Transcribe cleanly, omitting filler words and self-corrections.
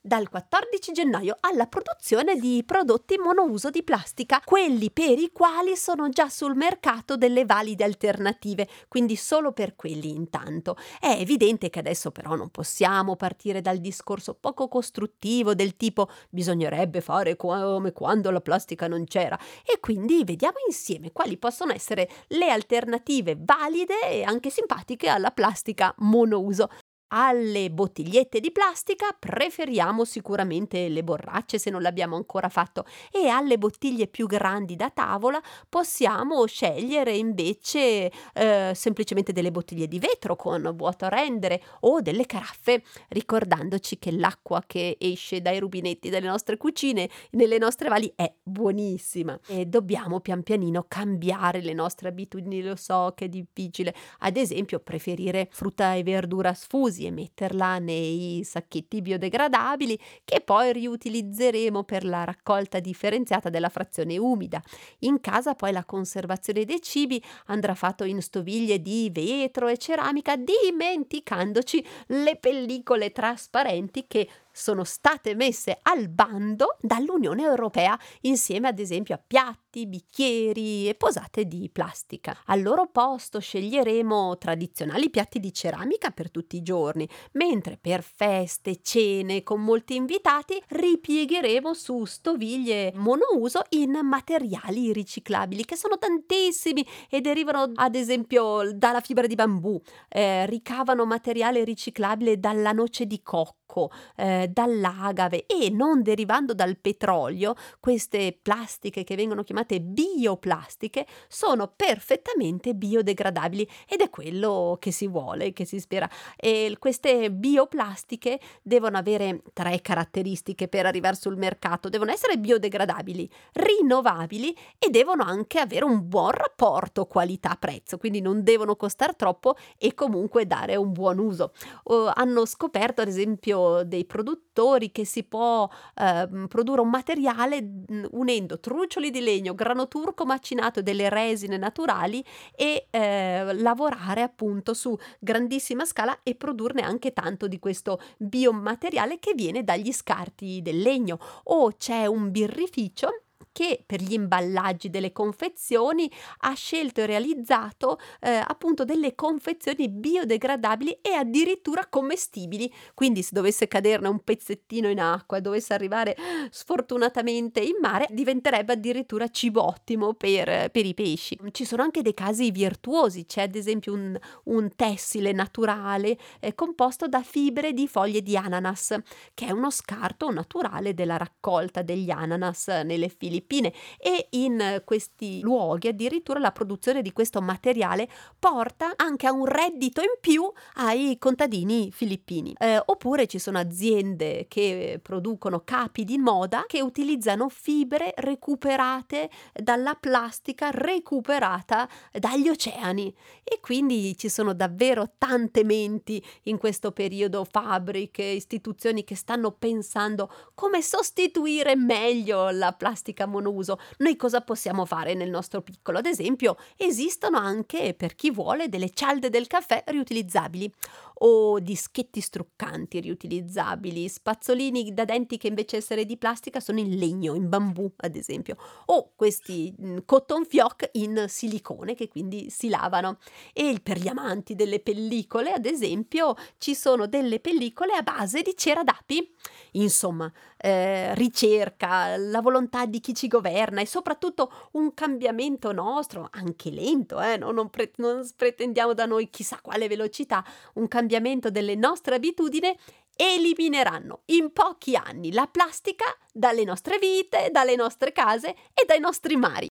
dal 14 gennaio alla produzione di prodotti monouso di plastica, quelli per i quali sono già sul mercato delle valide alternative, quindi solo per quelli intanto. È evidente che adesso però non possiamo partire dal discorso poco costruttivo del tipo bisognerebbe fare come quando la plastica non c'era, e quindi vediamo insieme quali possono essere le alternative valide e anche simpatiche alla plastica monouso. Alle bottigliette di plastica preferiamo sicuramente le borracce se non l'abbiamo ancora fatto, e alle bottiglie più grandi da tavola possiamo scegliere invece semplicemente delle bottiglie di vetro con vuoto a rendere o delle caraffe, ricordandoci che l'acqua che esce dai rubinetti delle nostre cucine, nelle nostre valli, è buonissima e dobbiamo pian pianino cambiare le nostre abitudini. Lo so che è difficile, ad esempio preferire frutta e verdura sfusi e metterla nei sacchetti biodegradabili che poi riutilizzeremo per la raccolta differenziata della frazione umida. In casa poi la conservazione dei cibi andrà fatto in stoviglie di vetro e ceramica, dimenticandoci le pellicole trasparenti che sono state messe al bando dall'Unione Europea insieme ad esempio a piatti, bicchieri e posate di plastica. Al loro posto sceglieremo tradizionali piatti di ceramica per tutti i giorni, mentre per feste, cene con molti invitati ripiegheremo su stoviglie monouso in materiali riciclabili, che sono tantissimi e derivano ad esempio dalla fibra di bambù, ricavano materiale riciclabile dalla noce di cocco, dall'agave, e non derivando dal petrolio, queste plastiche che vengono chiamate bioplastiche sono perfettamente biodegradabili, ed è quello che si vuole, che si spera. E queste bioplastiche devono avere tre caratteristiche per arrivare sul mercato: devono essere biodegradabili, rinnovabili e devono anche avere un buon rapporto qualità-prezzo, quindi non devono costare troppo e comunque dare un buon uso. Hanno scoperto ad esempio dei produttori che si può produrre un materiale unendo trucioli di legno, grano turco macinato e delle resine naturali, e lavorare appunto su grandissima scala e produrne anche tanto di questo biomateriale che viene dagli scarti del legno. O c'è un birrificio che per gli imballaggi delle confezioni ha scelto e realizzato appunto delle confezioni biodegradabili e addirittura commestibili, quindi se dovesse caderne un pezzettino in acqua e dovesse arrivare sfortunatamente in mare, diventerebbe addirittura cibo ottimo per i pesci. Ci sono anche dei casi virtuosi: c'è ad esempio un tessile naturale composto da fibre di foglie di ananas, che è uno scarto naturale della raccolta degli ananas nelle Filippine, e in questi luoghi addirittura la produzione di questo materiale porta anche a un reddito in più ai contadini filippini. Oppure ci sono aziende che producono capi di moda che utilizzano fibre recuperate dalla plastica recuperata dagli oceani, e quindi ci sono davvero tante menti in questo periodo, fabbriche, istituzioni che stanno pensando come sostituire meglio la plastica monouso. Noi cosa possiamo fare nel nostro piccolo? Ad esempio, esistono anche, per chi vuole, delle cialde del caffè riutilizzabili, o dischetti struccanti riutilizzabili, spazzolini da denti che invece essere di plastica sono in legno, in bambù ad esempio, o questi cotton fioc in silicone che quindi si lavano. E per gli amanti delle pellicole, ad esempio, ci sono delle pellicole a base di cera d'api. Insomma, ricerca, la volontà di chi ci governa e soprattutto un cambiamento nostro, anche lento, non pretendiamo da noi chissà quale velocità, un cambiamento delle nostre abitudini elimineranno in pochi anni la plastica dalle nostre vite, dalle nostre case e dai nostri mari.